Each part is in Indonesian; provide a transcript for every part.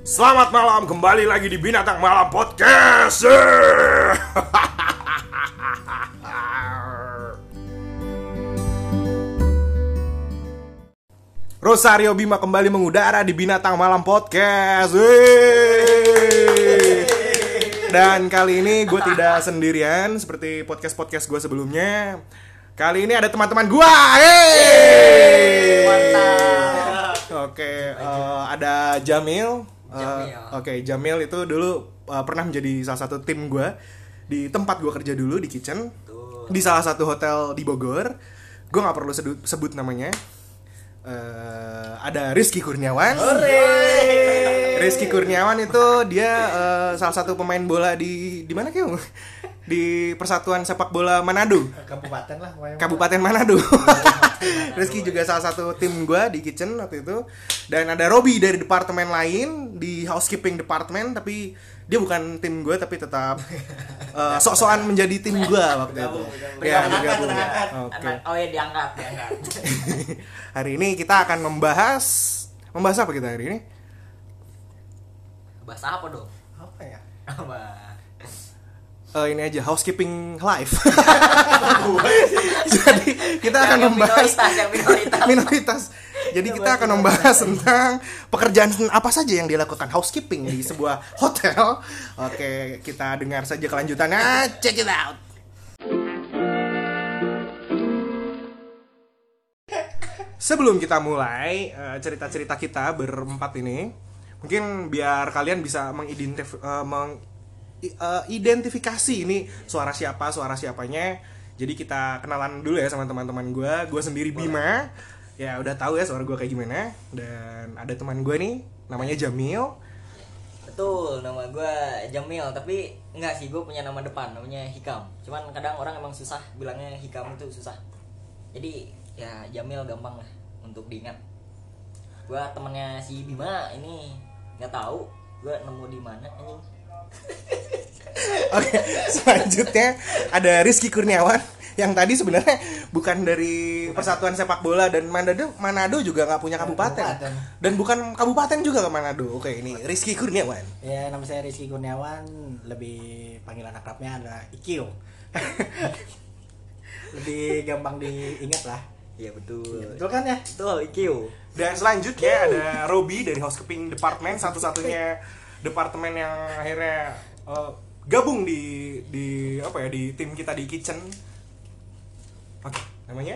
Selamat malam, kembali lagi di Binatang Malam Podcast. Rosario Bima kembali mengudara di Binatang Malam Podcast. Dan kali ini gue tidak sendirian seperti podcast-podcast gue sebelumnya. Kali ini ada teman-teman gue. Mantap. Oke, ada Jamil. Jamil itu dulu pernah menjadi salah satu tim gue di tempat gue kerja dulu di kitchen. Di salah satu hotel di Bogor. Gue nggak perlu sebut namanya. Ada Rizky Kurniawan. Rizky Kurniawan itu dia salah satu pemain bola di mana Kyung? Di Persatuan Sepak Bola Manado. Kabupaten lah. Kabupaten Manado. Rizky juga salah satu tim gue di kitchen waktu itu. Dan ada Robi dari departemen lain di housekeeping department, tapi dia bukan tim gue tapi tetap sok-sokan menjadi tim gue waktu itu. Ya, bergabung. Oke. Oh ya diangkat. Hari ini kita akan membahas apa kita hari ini? Bahasa apa dong? Apa ya? Ini aja housekeeping live. Jadi kita akan membahas minoritas. Jadi kita akan membahas tentang pekerjaan apa saja yang dilakukan housekeeping di sebuah hotel. Oke, kita dengar saja kelanjutannya. Check it out. Sebelum kita mulai cerita-cerita kita berempat ini, mungkin biar kalian bisa identifikasi ini suara siapanya. Jadi kita kenalan dulu ya sama teman-teman gue. Gue sendiri Bima. Ya udah tahu ya suara gue kayak gimana. Dan ada teman gue nih namanya Jamil. Betul, nama gue Jamil. Tapi enggak sih, gue punya nama depan namanya Hikam. Cuman kadang orang emang susah bilangnya Hikam itu susah. Jadi ya Jamil gampang lah untuk diingat. Gue temennya si Bima ini, nggak tahu gue nemu di mana anjing. Oke, selanjutnya ada Rizky Kurniawan yang tadi sebenarnya bukan dari Persatuan Sepak Bola dan Manado juga nggak punya kabupaten. Dan bukan kabupaten juga ke Manado. Oke, ini Rizky Kurniawan. Ya, nama saya Rizky Kurniawan, lebih panggilan akrabnya adalah Ikio. Lebih gampang diingat lah. Iya betul. Ya, betul kan ya? Betul, Ikio. Dan selanjutnya ada Robi dari housekeeping department, satu-satunya departemen yang akhirnya gabung di tim kita di kitchen. Oke, namanya?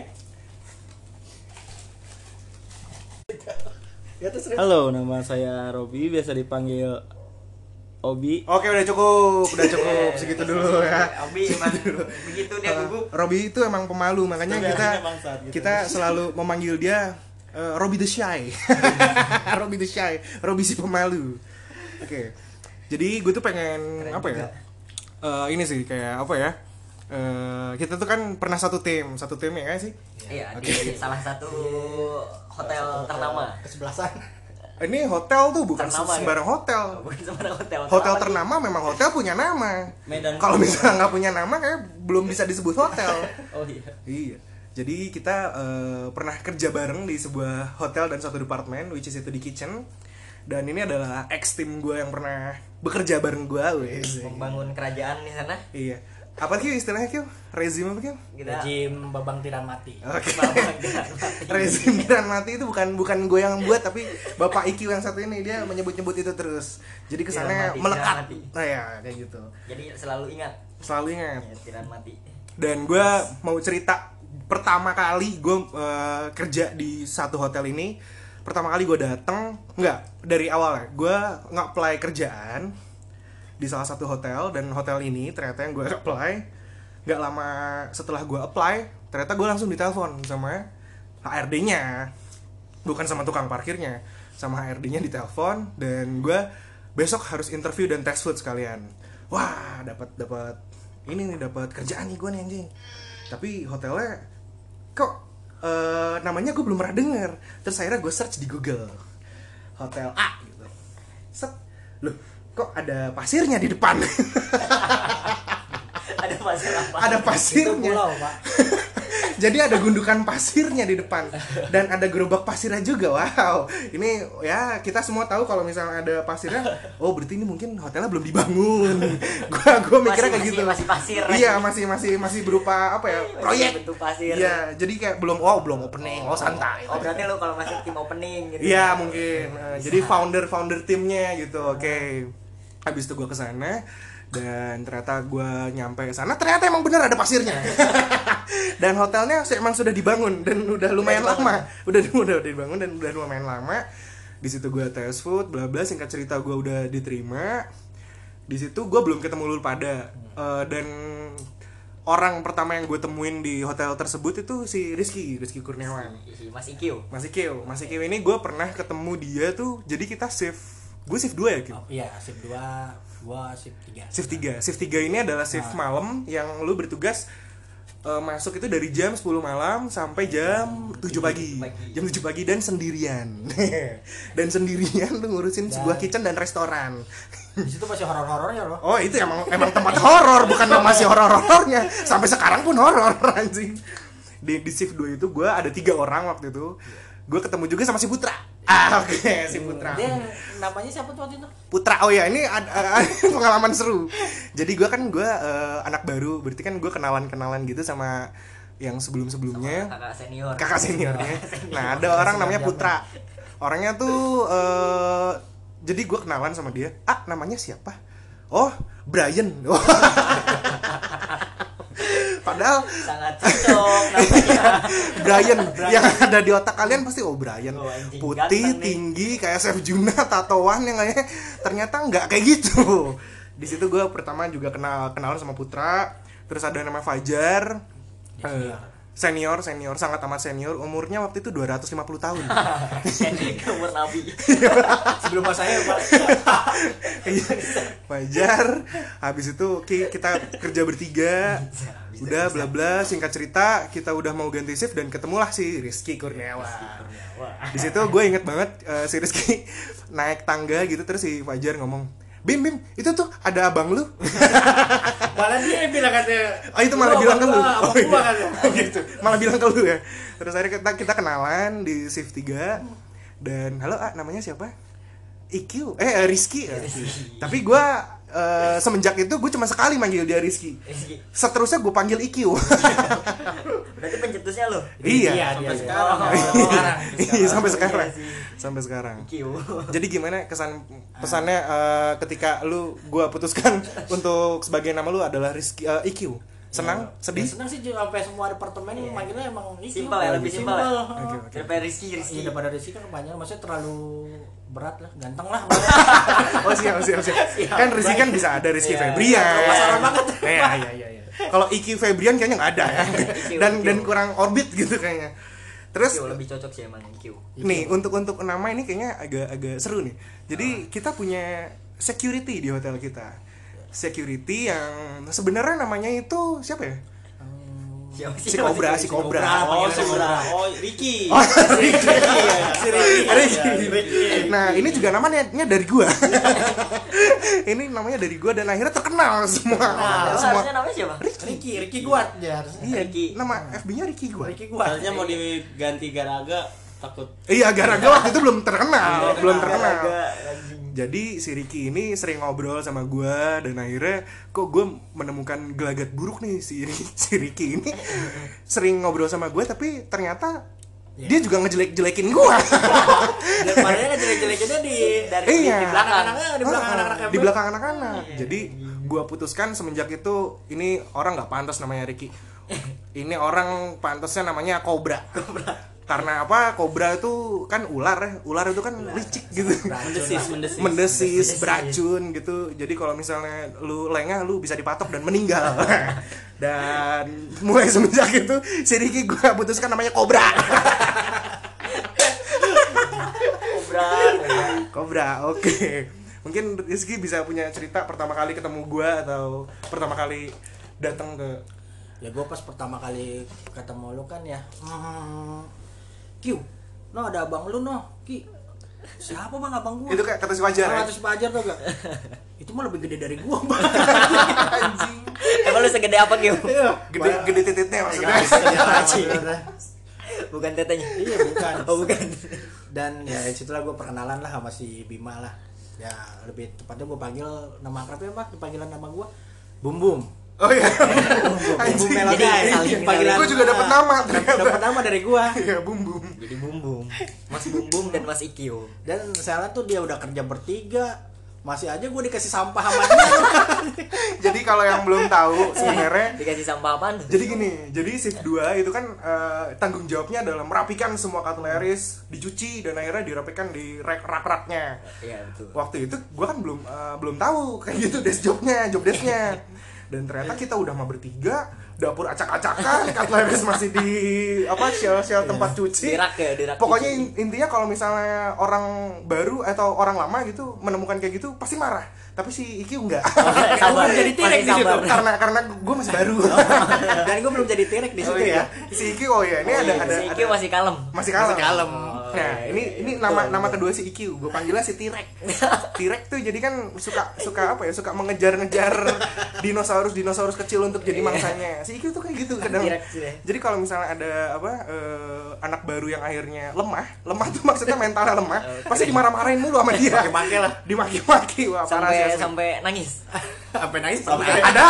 Halo, nama saya Robi, biasa dipanggil Obi. Oke, udah cukup segitu dulu ya. Obi emang begitu dia gugup. Robi itu emang pemalu, makanya kita selalu memanggil dia Robi the Shy. Robi si pemalu. Oke. Jadi gue tuh pengen keren apa juga. Ini sih kayak apa ya? Kita tuh kan pernah satu tim ya kan sih? Iya, di salah satu hotel ternama. Kesebelasan. Ini hotel tuh bukan sembarang hotel. Bukan sembarang hotel. Hotel ternama memang hotel punya nama. Kalau misalnya nggak punya nama kayak belum bisa disebut hotel. Oh iya. Iya. Jadi kita pernah kerja bareng di sebuah hotel dan satu departemen, which is itu di kitchen. Dan ini adalah ex tim gue yang pernah bekerja bareng gue, membangun kerajaan di sana. Iya. Apa sih istilahnya Kyo? Rezim apa Kyo? Rezim babang tiran mati. Oke. Rezim tiran mati itu bukan gue yang buat, tapi Bapak Iki yang satu ini dia menyebut-nyebut itu terus. Jadi kesannya melekat. Nah ya kayak gitu. Jadi selalu ingat. Ya, tiran mati. Dan gue mau cerita pertama kali gue kerja di satu hotel ini. Pertama kali gue datang, dari awal ya, gue nge-apply kerjaan di salah satu hotel. Dan hotel ini ternyata yang gue apply, gak lama setelah gue apply, ternyata gue langsung ditelepon sama HRD-nya. Bukan sama tukang parkirnya, sama HRD-nya ditelepon. Dan gue besok harus interview dan test food sekalian. Wah, dapat kerjaan nih gue nih anjing. Tapi hotelnya kok namanya gue belum pernah denger. Terus akhirnya gue search di Google Hotel A gitu. Set, loh kok ada pasirnya di depan. Ada pasir apa? Ada pasirnya. Itu pulau, Pak. Jadi ada gundukan pasirnya di depan dan ada gerobak pasirnya juga. Wow. Ini ya kita semua tahu kalau misalnya ada pasirnya, oh berarti ini mungkin hotelnya belum dibangun. Gua mikirnya kayak gitu. Masih pasir. Iya, masih berupa apa ya? Proyek. Bentuk pasir. Iya, jadi kayak belum opening. Oh, santai. Oh, berarti lu kalau masuk tim opening gitu. Iya, mungkin. Jadi founder timnya gitu. Oke. Habis itu gue kesana dan ternyata gue nyampe sana ternyata emang bener ada pasirnya. Dan hotelnya emang sudah dibangun dan udah lumayan lama. Udah dibangun dan udah lumayan lama. Di situ gue tes food, bla bla. Singkat cerita gue udah diterima. Di situ gue belum ketemu lu pada dan orang pertama yang gue temuin di hotel tersebut itu si Rizky Kurniawan. Mas Ikyu. Mas Ikyu ini gue pernah ketemu dia tuh. Jadi kita shift. Gue shift 2 ya, Kim? Oh, iya, shift 2, gua shift 3. Shift 3 ini adalah shift malam yang lu bertugas masuk itu dari jam 10 malam sampai jam 7 pagi. Jam 7 pagi dan sendirian. Dan sendirian lu ngurusin sebuah kitchen dan restoran. Di situ masih horor-horornya loh. Oh, itu emang tempat horor, bukan masih horor-horornya. Sampai sekarang pun horor anjing. Di shift 2 itu gue ada 3 orang waktu itu. Gue ketemu juga sama si Putra. Oke, si Putra. Dia namanya siapa tuh waktu itu? Putra. Oh ya, ini ada pengalaman seru. Jadi gue anak baru, berarti kan gue kenalan gitu sama yang sebelumnya. Kakak seniornya. Nah, ada orang namanya Putra. Orangnya tuh jadi gue kenalan sama dia. Namanya siapa? Oh, Brian. Padahal sangat cocok namanya. Brian. Yang ada di otak kalian pasti Brian. Putih, ganteng tinggi, kayak Chef Juna, tatoan yang kayaknya ternyata nggak kayak gitu. Di situ gue pertama juga kenalan sama Putra. Terus ada nama Fajar. Senior, sangat amat senior. Umurnya waktu itu 250 tahun. Umur Nabi. Sebelum saya, Pak. Fajar. Habis itu kita kerja bertiga. Udah bla bla, singkat cerita kita udah mau ganti shift dan ketemulah si Rizky Kurniawan. Di situ gue inget banget si Rizky naik tangga gitu, terus si Fajar ngomong, Bim, itu tuh ada abang lu. Malah dia yang bilang katanya. Oh, itu malah bilang ke lu. Oh, iya. Gitu. Malah bilang ke lu ya. Terus akhirnya kita kenalan di shift 3. Dan halo, namanya siapa? IQ. Rizky. Tapi gue semenjak itu gue cuma sekali manggil dia Rizky. Seterusnya gue panggil IQ. Berarti pencetusnya lo? Iya. Sampai sekarang. Iya, sampai sekarang. IQ. Jadi gimana pesannya ketika gue putuskan untuk sebagai nama lu adalah Rizky IQ? Senang? Sedih? Senang sih, sampai semua departemen manggilnya emang IQ. Simpel ya, lebih simpel ya. Oke. Daripada Rizky. Daripada Rizky kan kepanjangan, maksudnya terlalu berat lah, ganteng lah. Oh siap. Kan Rizky kan bisa ada Rizky Febrian. Masalah banget. Iya. Kalau IQ Febrian kayaknya nggak ada ya. Dan kurang orbit gitu kayaknya. Terus lebih cocok sih emang IQ. Nih untuk nama ini kayaknya agak seru nih. Jadi kita punya security di hotel kita. Security yang sebenarnya namanya itu siapa ya? Si Cobra. Oh, Ricky. Ricky. Nah, ini juga namanya dari gua. Ini namanya dari gua dan akhirnya terkenal semua. Harusnya namanya siapa? Ricky Guat ya. Iya, nama FB-nya Ricky Guat. Harusnya mau diganti Garaga, takut. Iya, gara-gara waktu itu belum terkenal. Jadi si Ricky ini sering ngobrol sama gue dan akhirnya kok gue menemukan gelagat buruk nih si Ricky ini sering ngobrol sama gue tapi ternyata dia juga ngejelek-jelekin gue. Dan padahal ngejelek-jelekinnya di belakang anak-anak. Di belakang anak-anak. Jadi gue putuskan semenjak itu ini orang nggak pantas namanya Ricky. Ini orang pantasnya namanya Cobra. Karena apa? Cobra itu kan ular ya. Ular itu kan licik gitu. Mendesis, beracun gitu. Jadi kalau misalnya lu lengah lu bisa dipatok dan meninggal. Dan mulai semenjak itu si Ricky gue putuskan namanya Cobra. Cobra, oke. Mungkin Rizky bisa punya cerita pertama kali ketemu gue atau pertama kali datang ke. Ya gue pas pertama kali ketemu lu kan ya. Q, ada abang lu Ki. Siapa bang abang gua? Itu kayak kata si Fajar. Kata si Fajar tuh gak? Itu mah lebih gede dari gua bang. Anjing. Emang lu lu segede apa Gio? Gede titiknya maksudnya. Bukan tetenya. Iya bukan. Oh bukan. Dan ya situlah gue perkenalan lah sama si Bima lah. Ya lebih tepatnya gue panggil nama akrabnya apa? Panggilan nama gue Bum Bum. Oh iya. Bum Melody. Jadi saling- Panggilan Gue juga dapat nama ternyata. Dapat nama dari gue. Iya, Bum. Jadi Bumbum. Mas Bumbum dan Mas Ikio. Dan saya tuh dia udah kerja bertiga, masih aja gue dikasih sampah sama dia. Jadi kalau yang belum tahu sebenarnya Dikasih sampah apaan? jadi gini, jadi shift 2 itu kan tanggung jawabnya adalah merapikan semua cutleries, dicuci dan akhirnya dirapikan di rak-raknya. Iya betul. Waktu itu gue kan belum tahu kayak gitu job desknya. Dan ternyata kita udah mah bertiga, dapur acak-acakan, cutleries masih di shell tempat cuci. Di rak ya, di rak Pokoknya cuci. intinya kalau misalnya orang baru atau orang lama gitu menemukan kayak gitu pasti marah. Tapi si Iki enggak. Sabar. Jadi tirek Masih di situ. sabar. karena gue masih baru. Dan gue belum jadi tirek di Oh situ iya. ya. Si Iki ini ada Si Ikio masih kalem. masih kalem. Oh, Nah, iya, ini nama kedua si Iki. Gue panggilnya si Tirek. Tirek tuh jadi kan suka apa ya? Suka mengejar-ngejar dinosaurus kecil untuk jadi mangsanya. Si Iki tuh kayak gitu kadang. Tirek sih deh. Jadi kalau misalnya ada anak baru yang akhirnya lemah tuh maksudnya mentalnya lemah, pasti dimarah-marahin mulu sama dia. Dimaki lah. Dimaki-maki. Wah, parah sih asli. Sampai nangis. Sampai nangis Ada.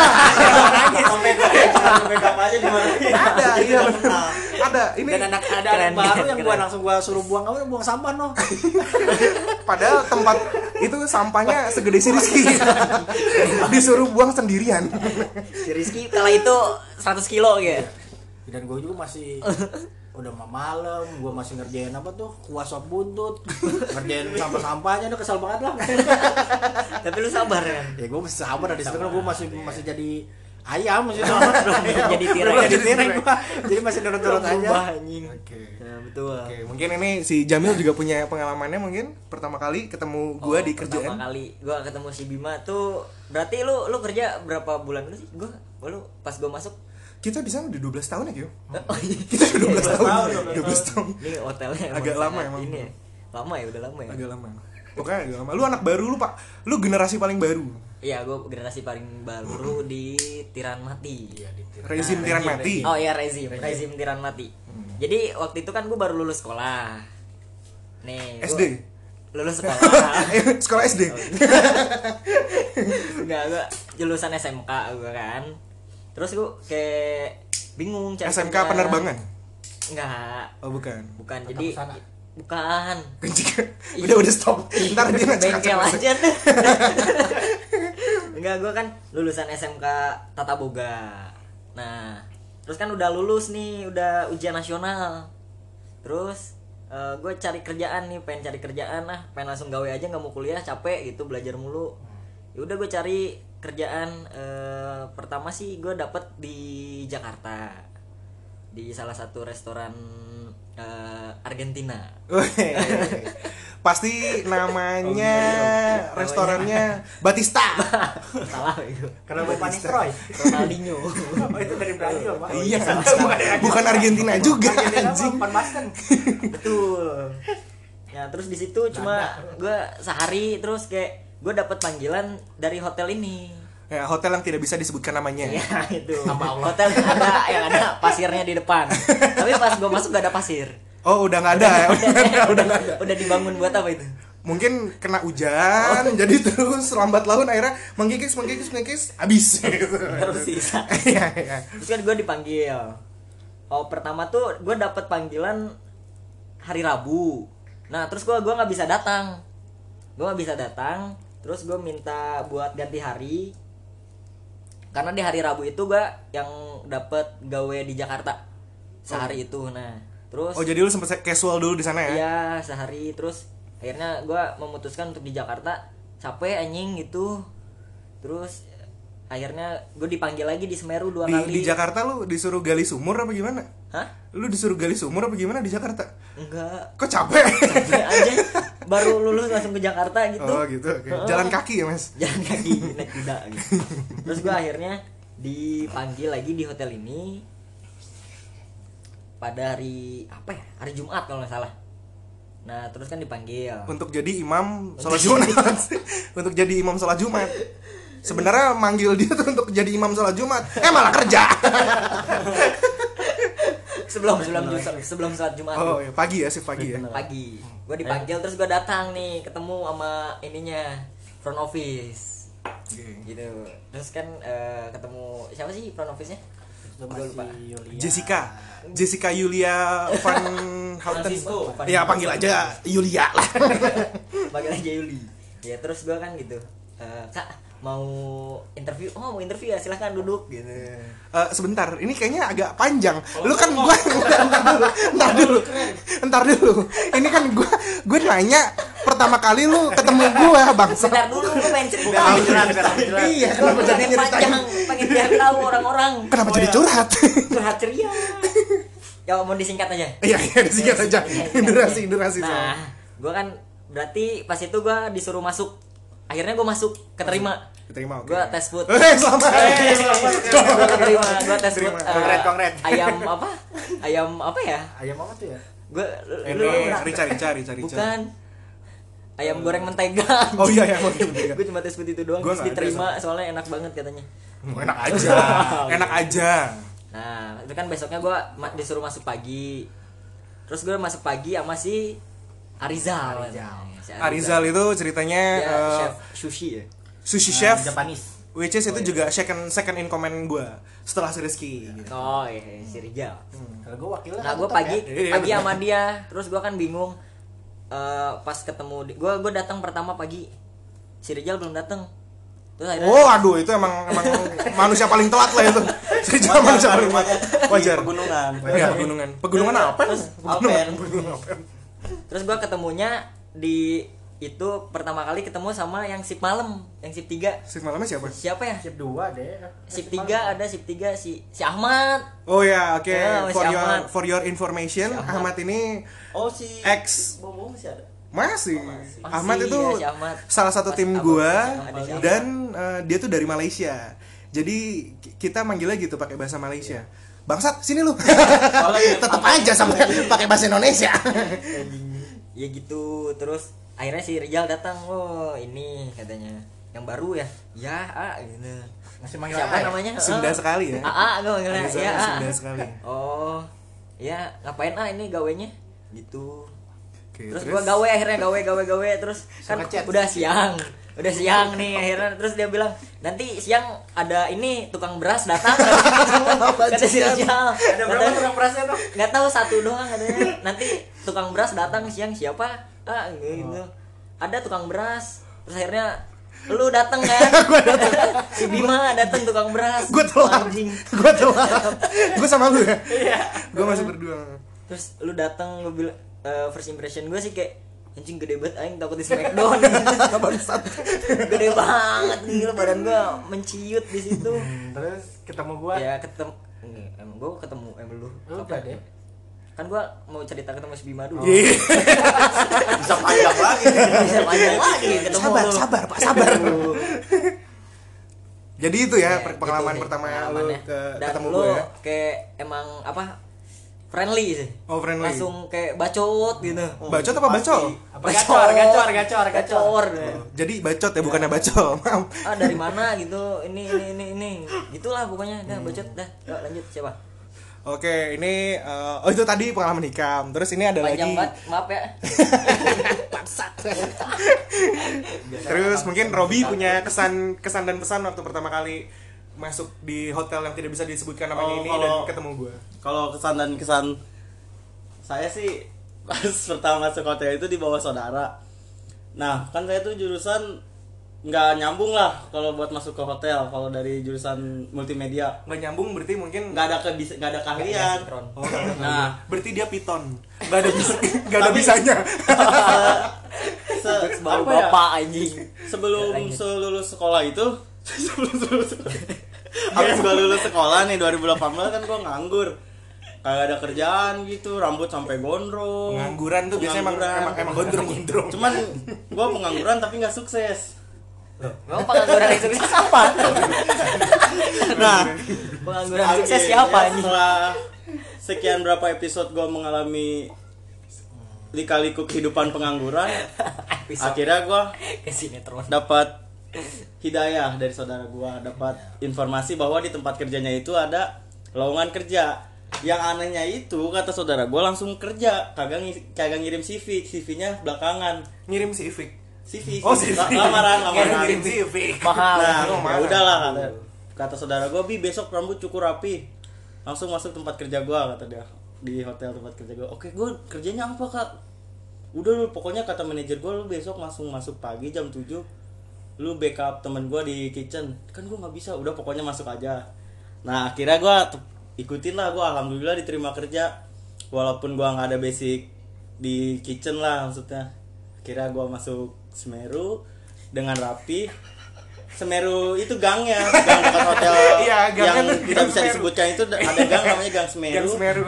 Sampai kapan aja gimana? Ada, iya bener. Ada. Ini Dan ada Keren, anak baru keren, yang keren. gue langsung gue suruh buang sampah no. padahal tempat itu sampahnya segede si Rizky. Disuruh buang sendirian. Si Rizky kala itu 100 kilo gitu. Dan gue juga masih udah malam, gue masih ngerjain apa tuh kuah sop buntut, ngerjain sampah-sampahnya, udah kesel banget lah. Tapi lu sabar kan. Ya gue masih sabar dari situ kan gue masih jadi ayam masih Jadi tirek. jadi tirek gue, jadi masih nurut-nurut aja. Berubah, anjing. Oke. Nah, betul. Oke, mungkin ini si Jamil juga punya pengalamannya mungkin pertama kali ketemu gua di Pertama kerjaan. kali gua ketemu si Bima tuh berarti lu kerja berapa bulan dulu sih? Lu pas gua masuk. Kita di sana udah 12 tahun ya, Kyo? Oh iya. Kita udah 12 tahun. 12 tahun. Ini hotelnya Agak lama sangat emang. Ini ya. Lama ya, udah lama ya. Agak lama. Pokoknya agak lama. Lu anak baru lu, Pak. Lu generasi paling baru. Iya, gua generasi paling baru di Tiran Mati. Rezim tiran mati. Oh iya, rezim Tiran Mati. Jadi waktu itu kan gua baru lulus sekolah. Nih, gua SD. lulus sekolah. Sekolah SD. Enggak, gua lulusan SMK gua kan. Terus gua kayak bingung cari SMK kerja. penerbangan. Enggak, Oh, bukan. bukan. Jadi bukan. Udah stop. Ntar dia Bengkel ngacak-ngacak. aja deh. Enggak, gua kan lulusan SMK Tata Boga. Nah, terus kan udah lulus nih, udah ujian nasional. Terus gue cari kerjaan nih, pengen cari kerjaan lah, pengen langsung gawe aja, nggak mau kuliah, capek gitu belajar mulu. Ya udah gue cari kerjaan. Pertama sih gue dapet di Jakarta, di salah satu restoran Argentina. Wih. Pasti namanya restorannya Batista. Salah itu. Kenapa panik Troy? Ronaldinho. Oh itu dari Brazil pak. Iya, bukan Argentina juga anjing. Pan Basken. Betul. Ya terus di situ cuma gue sehari, terus kayak gue dapet panggilan dari hotel ini. Ya, hotel yang tidak bisa disebutkan namanya. Ya itu. Sama Allah. Hotel ada yang ada pasirnya di depan. Tapi pas gue masuk gak ada pasir. Oh, udah nggak ada ya. Udah nggak ada. Udah dibangun buat apa itu? Mungkin kena hujan, jadi terus lambat laun akhirnya menggigis, habis. Terus sisa. Iya, iya. Terus kan gue dipanggil. Oh pertama tuh gue dapet panggilan hari Rabu. Nah terus gue nggak bisa datang. Terus gue minta buat ganti hari. Karena di hari Rabu itu gue yang dapet gawe di Jakarta sehari itu. Nah terus. Oh, jadi lu sempet casual dulu di sana ya? Iya sehari. Terus akhirnya gue memutuskan untuk di Jakarta, capek anjing gitu. Terus akhirnya gue dipanggil lagi di Semeru 2 kali. Di Jakarta lu disuruh gali sumur apa gimana? Hah? Lu disuruh gali sumur apa gimana di Jakarta? Enggak. Kok capek? Capek aja. Baru lulus langsung ke Jakarta gitu. Oh gitu, oke. Jalan kaki ya mas? Jalan kaki naik kuda gitu. Terus gue akhirnya dipanggil lagi di hotel ini pada hari apa ya? Hari Jumat kalau nggak salah. Nah terus kan dipanggil. Untuk jadi imam sholat Jumat. Untuk jadi imam sholat Jumat. Sebenarnya manggil dia tuh untuk jadi imam sholat Jumat, malah kerja. sebelum saat Jumat. Oh, iya, pagi ya, shift pagi ya. Pagi. Gue dipanggil terus gue datang nih ketemu sama ininya front office. Oke. Gitu. Terus kan ketemu siapa sih front office-nya? Itu Gua lupa. masih Yulia. Jessica Yulia Van Houten. Francisco. Ya panggil aja Yulia lah. Panggil aja Yuli. Ya terus gue kan gitu. Kak mau interview, mau interview ya silahkan duduk gitu. Sebentar, ini kayaknya agak panjang. Lu kan gua entar dulu. Ini kan gua nanya pertama kali lu ketemu gua, Bang. Sebentar dulu gue pengen cerita. Iya, kenapa jadi Pengen panjang, pengen biar tahu orang-orang. Kenapa jadi curhat? Curhat ceria. Ya mau disingkat aja. Iya, disingkat aja. Durasi. Nah, gue kan berarti pas itu gue disuruh masuk. Akhirnya gue masuk, keterima. Keterima, oke. Gue tes food. Selamat. Gue keterima, gue tes food. Kongret. Ayam apa ya? Ayam apa tuh ya? Gue Rica. bukan. Ayam goreng mentega. Oh iya, Gue cuma tes food itu doang. Gua Terus nggak ada, diterima soalnya enak banget katanya. Enak aja. Nah, itu kan besoknya gue disuruh masuk pagi. Terus gue masuk pagi sama si Arizal. Si Arizal itu ceritanya dia chef sushi ya. sushi chef, Japanese. which is itu juga second in command gue setelah si Rizky. Gitu. Oh iya, si Rizal. Kalau gue wakilnya. Nah, gue tetap pagi ya. Iya, sama dia. Terus gue kan bingung. Pas ketemu gue datang pertama pagi. Si Rizal belum datang. Terus akhirnya Oh, aduh, itu emang manusia paling telat lah itu. Si Jamal Jarum. Wajar. Pegunungan. Ya, pegunungan. Pegunungan apa? Terus Pegunungan. Terus gue ketemunya di itu pertama kali ketemu sama yang shift malam, yang shift 3. Shift malamnya siapa? Siapa ya? Shift 2 deh. Shift 3 ada shift 3 si Ahmad. Oh ya, oke. Ya, masih Ahmad. For your information, Si Ahmad ini Oh si ex Bobo masih ada. masih. Ahmad Masih, itu ya, si Ahmad. salah satu Pas tim abang gua ada si Ahmad. dan dia tuh dari Malaysia. Jadi kita manggilnya gitu pakai bahasa Malaysia. Bangsat, sini lu. Tetap aja sama pakai bahasa Indonesia. Ya gitu. Terus akhirnya si Rizal datang. Oh, ini katanya yang baru ya. Ya, gitu. Masih manggil Siapa A ya? namanya? Sunda sekali ya. Gue manggilnya. Arizal Ya, Sunda sekali. Oh. Ya, ngapain ini gawenya? Gitu. Oke, Terus gua akhirnya gawe terus kan Suka chat. udah siang nih akhirnya terus dia bilang nanti siang ada ini tukang beras datang kata si Rizal. Ada berapa tukang berasnya tuh? Nggak tahu satu doang katanya. Nanti tukang beras datang siang siapa? Gitu. Ada tukang beras. Terus akhirnya lu datang kan? Si Bima datang tukang beras. Gue telat. Anjing. Gue sama lu ya. Gue masih berdua. Terus lu datang lu bilang first impression gue sih kayak anjing gede banget aing takut di smackdown. Bangsat. Gede banget gila badan gue menciut di situ. Terus ketemu gua. Ya ketemu emang gue ketemu lu. Udah deh. Kan gue mau cerita ketemu si Bima dulu. Iya. Bisa panjang lagi. Bisa panjang lagi ketemu lu. Sabar, Pak, sabar. Jadi itu ya pengalaman gitu sih, pertama lu pengalamannya. Dan ketemu lu gue ya. kayak emang apa friendly sih. Oh, friendly. Langsung kayak bacot gitu. Bacot apa bacol? Apa gacor. Gacor. Jadi bacot ya, bukannya bacol. Maaf. Dari mana gitu. Ini. Gitulah pokoknya. Dah bacot dah. Yuk lanjut siapa? Oke, ini itu tadi pengalaman Hikam. Terus ini ada Panjang lagi. banget, maaf ya. Terus mungkin Robi punya kesan dan pesan waktu pertama kali masuk di hotel yang tidak bisa disebutkan namanya ini dan ketemu gue. Kalau kesan dan kesan saya sih pas pertama masuk hotel itu di bawah saudara. Nah, kan saya tuh jurusan nggak nyambung lah kalau buat masuk ke hotel. Kalau dari jurusan multimedia Nggak nyambung berarti mungkin nggak ada keahlian. Oh, Nah, berarti dia piton. Nggak ada bisanya. Baru apa ya? bapak anjing. Sebelum lulus sekolah itu habis gua lulus sekolah nih 2018 kan gua nganggur, kagak ada kerjaan gitu, rambut sampai gondrong. Pengangguran tuh biasanya emang gondrong. Cuman gua pengangguran tapi nggak sukses. Memang pengangguran yang sukses apa? Nah, Pengangguran sukses siapa anjing? setelah sekian berapa episode gua mengalami lika-liku kehidupan pengangguran, akhirnya gua Ke sinetron. dapat hidayah dari saudara gua, dapat informasi bahwa di tempat kerjanya itu ada lowongan kerja. Yang anehnya itu kata saudara gua langsung kerja, kagak ngirim CV-nya belakangan. Ngirim CV. CV. Oh, CV. Lamaran. Ngirim CV. Mahal. Nah, Lamaran. ya udahlah kata saudara gua, "Bi, besok rambut cukur rapi. Langsung masuk tempat kerja gua," kata dia. Di hotel tempat kerja gua. "Oke, gua kerjanya apa, Kak?" "Udah lu, pokoknya kata manajer gua lu besok langsung masuk pagi jam 7. Lu backup temen gue di kitchen." Kan gue nggak bisa, udah pokoknya masuk aja. Nah akhirnya gue ikutin lah, gue alhamdulillah diterima kerja walaupun gue nggak ada basic di kitchen lah maksudnya. Akhirnya gue masuk Semeru dengan rapi. Semeru itu gangnya, gang dekat hotel Iya, gang yang kan tidak gang bisa Semeru. disebutkan itu ada gang namanya Gang Semeru. Gang Semeru.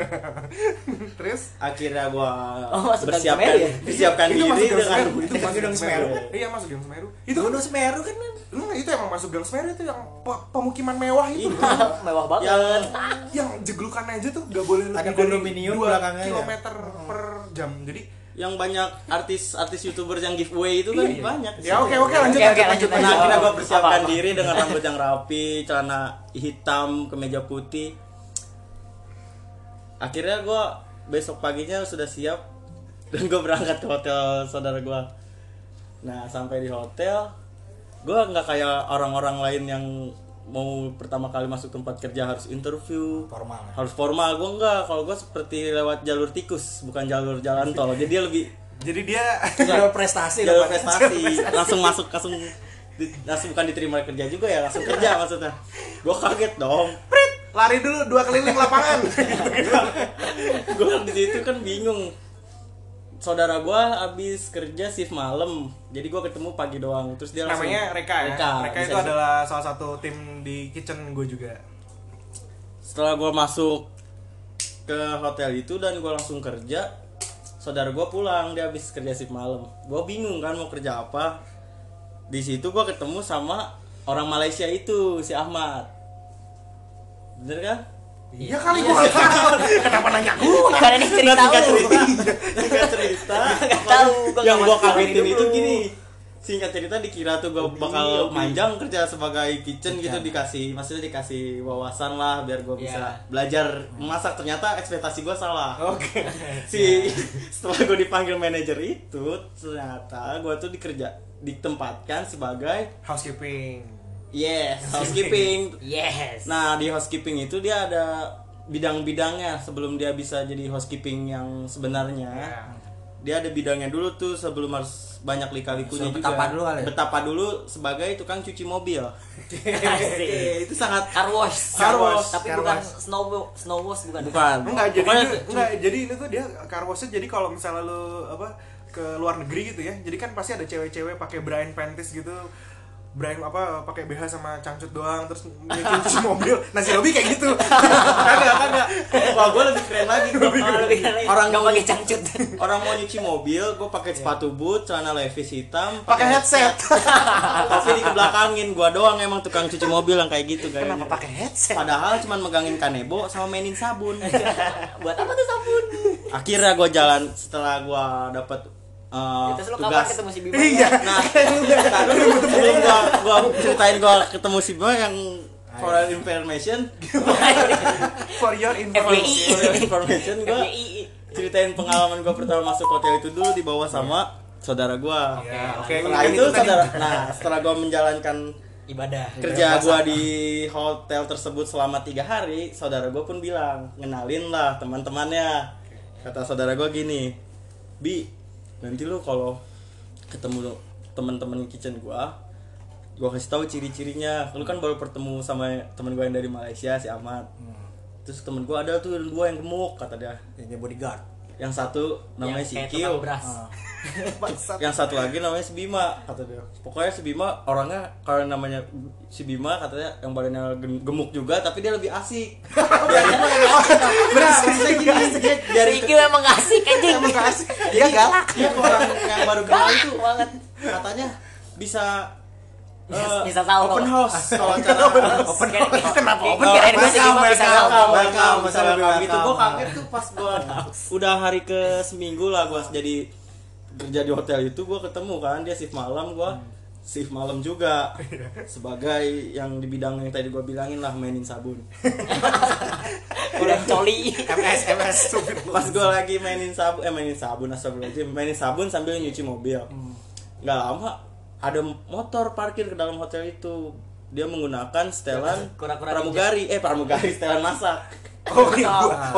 Terus Akhirnya gue masuk Gang bersiapkan Semeru ya? bersiapkan itu diri masuk Gang dengan Semeru. Itu Gang masuk Gang Semeru. Semeru. Iya, masuk Gang Semeru. Itu kan Gunung Semeru kan. lu nggak, itu emang masuk Gang Semeru itu yang pemukiman mewah itu. Mewah banget. yang Yang jeglukannya aja tuh nggak boleh lebih Ada dari kondominium 2 belakangnya ya? kilometer per jam. Jadi yang banyak artis YouTubers yang giveaway itu kan iya. banyak. Ya oke lanjut. Oke, lanjut. Nah, akhirnya gue persiapkan Apa-apa. diri dengan rambut yang rapi, celana hitam, kemeja putih. Akhirnya gue besok paginya sudah siap dan gue berangkat ke hotel saudara gue. Nah, sampai di hotel, gue nggak kayak orang-orang lain yang mau pertama kali masuk tempat kerja harus interview, Formal ya? harus formal. Gue enggak, kalau gue seperti lewat jalur tikus, bukan jalur jalan tol. Jadi dia lebih Jadi dia Jalur prestasi jalur Pak. prestasi, langsung masuk, langsung bukan diterima kerja juga ya, langsung kerja maksudnya. Gue kaget dong. lari dulu 2 keliling lapangan. Gue di situ kan bingung. Saudara gue abis kerja shift malam, jadi gue ketemu pagi doang. Terus dia langsung, Namanya Reka ya. Reka bisa itu adalah salah satu tim di kitchen gue juga. Setelah gue masuk ke hotel itu dan gue langsung kerja, saudara gue pulang, dia habis kerja shift malam. Gue bingung kan mau kerja apa. Di situ gue ketemu sama orang Malaysia itu, si Ahmad. Bener kan? Iya kali gue nggak tahu. Kenapa nanya gue? Karena ini cerita Singkat lu. Singkat cerita. Nggak tahu, gua Yang nggak gue masuk kagetin ini itu dulu. gini. Singkat cerita dikira tuh gue bakal manjang kerja sebagai kitchen gitu, dikasih, maksudnya dikasih wawasan lah biar gue bisa Iya. belajar memasak. Ternyata ekspektasi gue salah. Oke. Setelah gue dipanggil manajer itu, ternyata gue tuh ditempatkan sebagai Housekeeping. housekeeping. Yes. Nah, di housekeeping itu dia ada bidang-bidangnya sebelum dia bisa jadi housekeeping yang sebenarnya. Ya. Dia ada bidangnya dulu tuh sebelum harus banyak lika-likunya Suruh juga. betapa dulu kali ya? Betapa dulu sebagai tukang cuci mobil. Asik. Itu sangat Car wash. Car wash. Tapi Car bukan wash. snow wash bukan. bukan. Jadi ini tuh dia car wash-nya, jadi kalau misalnya lu ke luar negeri gitu ya. Jadi kan pasti ada cewek-cewek pakai Brian panties gitu. Brian pakai BH sama cangcut doang terus nyuci mobil. Nah, si Robi kayak gitu. Kagak. Wah, gue lebih keren lagi. Orang nggak mau pakai cangcut. Orang mau nyuci mobil, gue pakai sepatu boot, celana levis hitam, Pakai headset. tapi dikebelakangin. Gua doang emang tukang cuci mobil yang kayak gitu kayaknya. Kenapa pakai headset? Padahal cuman megangin kanebo sama mainin sabun. Buat apa tuh sabun? Akhirnya gua jalan setelah gua dapet Terus lu kapan ketemu si Bima? Iya. Nah, sebelum gua ceritain gua ketemu si Bima yang for your information, For your information. for your information gua FYI. ceritain pengalaman gua pertama masuk hotel itu dulu dibawa sama saudara gua. Ya, oke. Setelah Kan itu tadi. saudara, nah setelah gua menjalankan Ibadah. kerja gua di hotel tersebut selama 3 hari, saudara gua pun bilang, ngenalin lah teman-temannya. Kata saudara gua gini, "Bi, nanti lu kalau ketemu teman-teman kitchen gua kasih tahu ciri-cirinya. Lu kan baru bertemu sama teman gua yang dari Malaysia, si Ahmad. Terus temen gua ada tuh 2 yang gemuk," kata dia. Ini bodyguard. Yang satu namanya si kayak Kio, tukang beras. Bangsat. yang satu lagi namanya si Bima, kata dia. Pokoknya si Bima orangnya, kalau namanya si Bima katanya yang badannya gemuk juga, tapi dia lebih asik. Maksudnya gini, dia dari Si Kio emang gak asik anjing. Emang gak asik. Dia galak. dia ke orang yang baru kenal itu banget. katanya bisa Bisa tahu open kalau- house kalau cara Open house. Kenapa open? Kirain gue si Bima bisa tahu. welcome gitu. Gue kaget tuh pas gue udah hari ke seminggu lah gue jadi kerja di hotel itu, gue ketemu kan dia shift malam, gue shift malam juga sebagai yang di bidang yang tadi gue bilangin lah, mainin sabun. Udah coli. MS Pas gue lagi mainin sabun astagfirullahaladzim, mainin sabun sambil nyuci mobil. Nggak lama ada motor parkir ke dalam hotel itu. Dia menggunakan setelan Kura-kura pramugari setelan masak. Oh iya,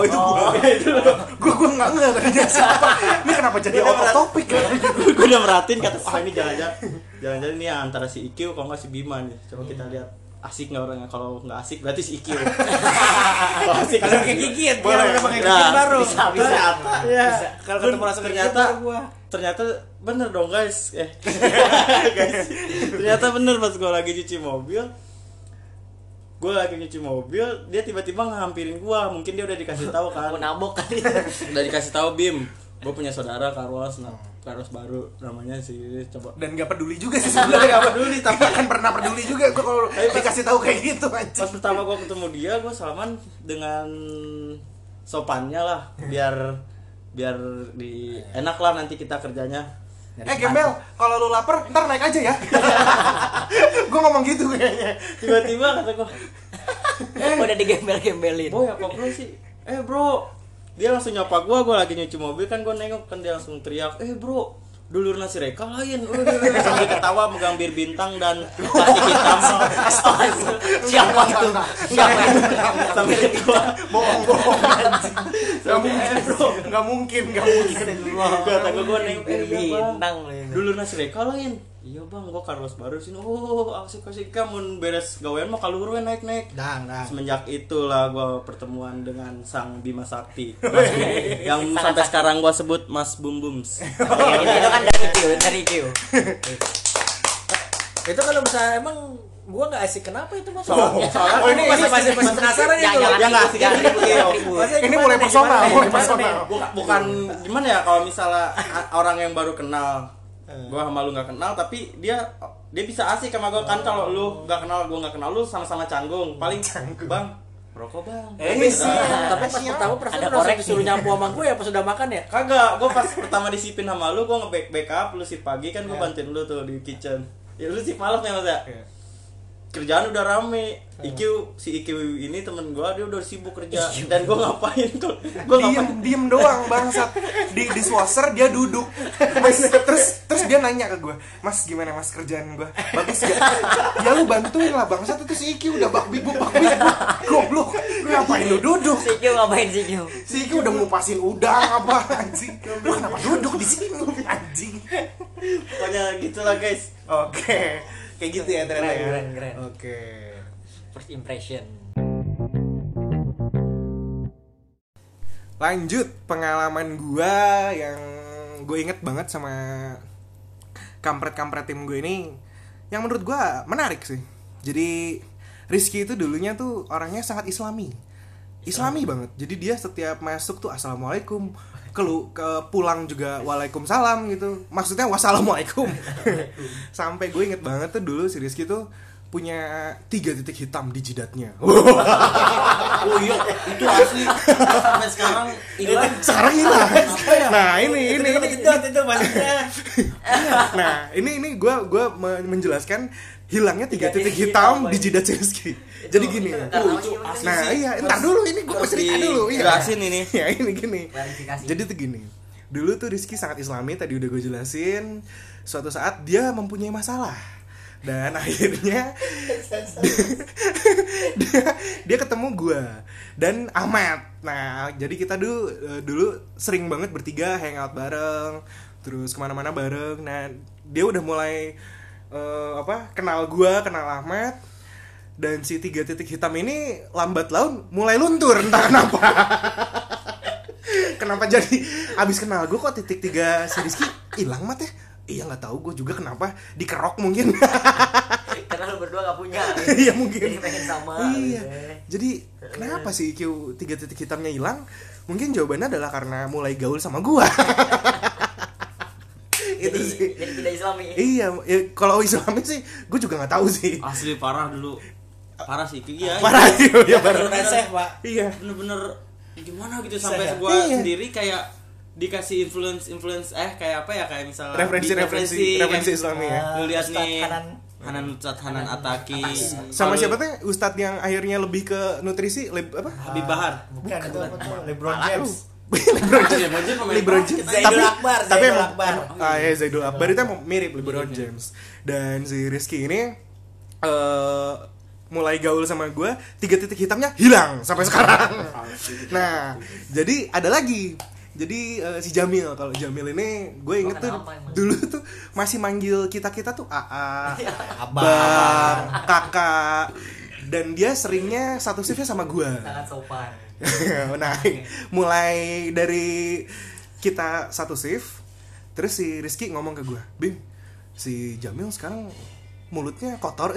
gue nggak ngerti siapa. Ini kenapa jadi out of topic ya? Gue udah merhatiin kata, ini jalan-jalan ini antara si IQ kalau nggak si Bima nih. Coba kita lihat asik nggak orangnya. Kalau nggak asik berarti si IQ. Kalau asik Kalau kayak gigit, boleh. udah pakai gigit baru. Bisa. Ternyata, Iya. Kalau ketemu langsung ternyata ternyata bener dong guys. Guys, ternyata bener pas gue lagi cuci mobil. Dia tiba-tiba ngehampirin gua. Mungkin dia udah dikasih tahu kan. Mau nabok kali. Udah dikasih tahu Bim, gua punya saudara Carlos, Carlos baru namanya sih, coba. Dan nggak peduli juga sih sebenarnya, nggak peduli, tapi akan pernah peduli juga gue kalau dikasih tahu kayak gitu aja. Pas pertama gua ketemu dia, gua salaman dengan sopannya lah, biar enak lah nanti kita kerjanya. Gembel, kalau lu lapar ntar naik aja ya. Gue ngomong gitu kayaknya. Tiba-tiba kata gua, Udah digembel-gembelin. boy apa bro sih? Bro, dia langsung nyapa gua lagi nyuci mobil kan, gua nengok kan dia langsung teriak, bro, dulur nasi reka lain. Sambil ketawa megang bir bintang dan plastik hitam. Siapa itu? Sambil ketawa. Bohong anjing. Nggak mungkin. Kata gua nengok, iya bang, Bintang loh ini. dulur nasi reka lain. Iya bang, gua Carlos baru sini. Asik kamu beres gawean mah kaluru naik. Dang. Semenjak itulah gua pertemuan dengan sang Bima Sakti. Yang sampai sekarang gua sebut Mas Bum Bums. Itu kan dari Q. Itu kalau misalnya emang gua nggak asik, kenapa itu mas? Soalnya ini masih penasaran itu loh. Ya nggak asik Jangan aja. ribut. Ini mulai personal. Bukan gimana ya, kalau misalnya orang yang baru kenal, gua sama lu nggak kenal, tapi dia bisa asik sama gua kan. Kalau lu nggak kenal, gua nggak kenal, lu sama-sama canggung. Paling bang, rokok bang. Tapi pas pertama perasaan Ada lu langsung korek. disuruh nyampu sama gue ya pas udah makan ya? Kagak, gua pas pertama disipin sama lu, gua nge-backup, lu sip pagi kan, gua bantuin lu tuh di kitchen. Ya lu sip malam ya mas ya. Kerjaan udah rame. Si IQ ini temen gua, dia udah sibuk kerja. Dan gua ngapain tuh? Gua Diem doang bangsat. Di swasser dia duduk. Terus dia nanya ke gue, Mas gimana mas kerjaan gue? Bagus gak? Ya lu bantuin lah bangsat, itu si IQ udah bakbibuk. Goblok. Lu ngapain lu duduk? Si Q ngapain si Q? Si IQ udah ngupasin udang apa anjing. Lu kenapa duduk di sini anjing? pokoknya gitulah guys. Oke. Kayak gitu ya ternyata ya. Keren. Oke. First impression. Lanjut pengalaman gua yang gue inget banget sama kampret tim gue ini, yang menurut gua menarik sih. Jadi Rizky itu dulunya tuh orangnya sangat islami banget. Jadi dia setiap masuk tuh assalamualaikum, pulang juga waalaikumsalam gitu. Maksudnya wassalamualaikum. Sampai gue inget banget tuh dulu si Rizky tuh punya 3 titik hitam di jidatnya. Oh iya, itu asli. Sampai sekarang hilang. Sekarang hilang. Nah ini. Itu maksudnya. Nah ini gue menjelaskan hilangnya 3 titik hitam di jidat Rizky. Jadi gini. Nah iya, entar dulu ini gue mau cerita dulu. Iya. Jelasin ini. Ya ini gini. Klarifikasi. Jadi tuh gini. Dulu tuh Rizky sangat islami, tadi udah gue jelasin. Suatu saat dia mempunyai masalah. Dan akhirnya dia ketemu gue dan Ahmad. Nah jadi kita dulu sering banget bertiga hangout bareng, terus kemana-mana bareng. Nah dia udah mulai kenal gue, kenal Ahmad. Dan si 3 titik hitam ini lambat laun mulai luntur entah kenapa. Kenapa jadi abis kenal gue kok titik 3 si Rizky hilang mat ya? Iya nggak tahu, gue juga kenapa dikerok mungkin. Karena lu berdua gak punya. Iya mungkin. Jadi pengen sama. Iya. Gitu. Jadi kenapa sih Q 3 titik hitamnya hilang? Mungkin jawabannya adalah karena mulai gaul sama gua. Itu sih. Jadi tidak islami. Iya, ya, kalau Islami sih gue juga nggak tahu sih. Asli parah dulu. Parah sih, iya. Parah ya parah. Reseh pak. Iya. Bener-bener gimana gitu sampai Saya. gua Iya. sendiri kayak dikasih influence kayak apa ya, kayak misalnya referensi Islami ya. Lu lihat Ustadz nih Ustadz Hanan Ataki Sama siapa tuh ustadz yang akhirnya lebih ke nutrisi apa? Habib Bahar. Bukan itu apa tuh? LeBron James. LeBron James. Zaidul Akbar, Tapi Zaidul emang Akbar. ya Zaidul Akbar itu emang mirip LeBron James. Dan si Rizky ini mulai gaul sama gue, 3 titik hitamnya hilang sampai sekarang. Nah, jadi ada lagi. Jadi si Jamil, kalau Jamil ini gue inget tuh dulu tuh masih manggil kita tuh AA, Abang, Kakak, dan dia seringnya satu shiftnya sama gue. Sangat sopan. Nah, mulai dari kita satu shift, terus si Rizky ngomong ke gue, Bim, si Jamil sekarang mulutnya kotor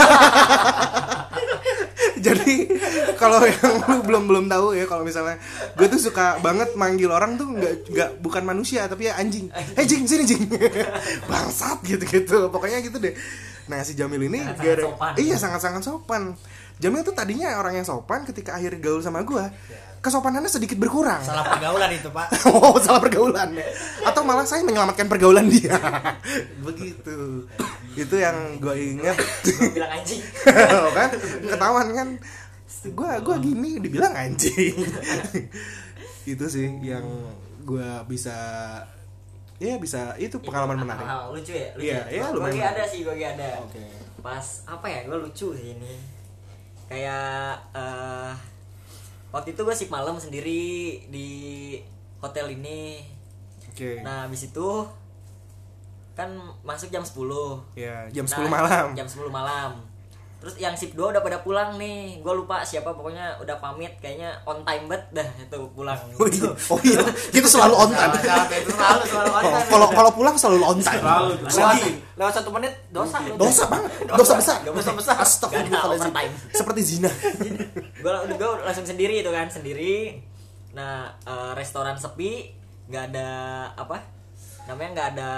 Jadi kalau yang lu belum tahu ya, kalau misalnya gue tuh suka banget manggil orang tuh nggak bukan manusia tapi ya anjing. Jing, sini Jing. Bangsat gitu pokoknya gitu deh. Nah si Jamil ini sangat-sangat sopan. Jamil tuh tadinya orang yang sopan, ketika akhir gaul sama gue kesopanannya sedikit berkurang. Salah pergaulan itu, Pak. Oh, salah pergaulan ya. Atau malah saya menyelamatkan pergaulan dia. Begitu. Itu yang gue ingat. Gue bilang anjing. Kan ketahuan kan. Gue gini dibilang anjing. Itu sih yang gue bisa itu pengalaman menarik. Lucu ya? Iya, gue lumayan. ada sih, gue ada. Oke. Pas apa ya, gue lucu sih ini. Kayak waktu itu gue shift malam sendiri di hotel ini. Oke. Nah habis itu kan masuk jam 10. Ya, jam 10 malam. Jam 10 malam. Terus yang shift 2 udah pada pulang nih. Gue lupa siapa, pokoknya udah pamit, kayaknya on time banget dah itu pulang. Oh iya, itu selalu on time. Itu selalu on time. Kalau pulang selalu on time. Lewat 1 menit dosa. Dosa banget. Dosa besar. Dosa besar. Astagfirullahaladzim. Gak ada overtime. Seperti zina. Gue langsung sendiri itu kan, sendiri. Nah restoran sepi, nggak ada apa namanya, nggak ada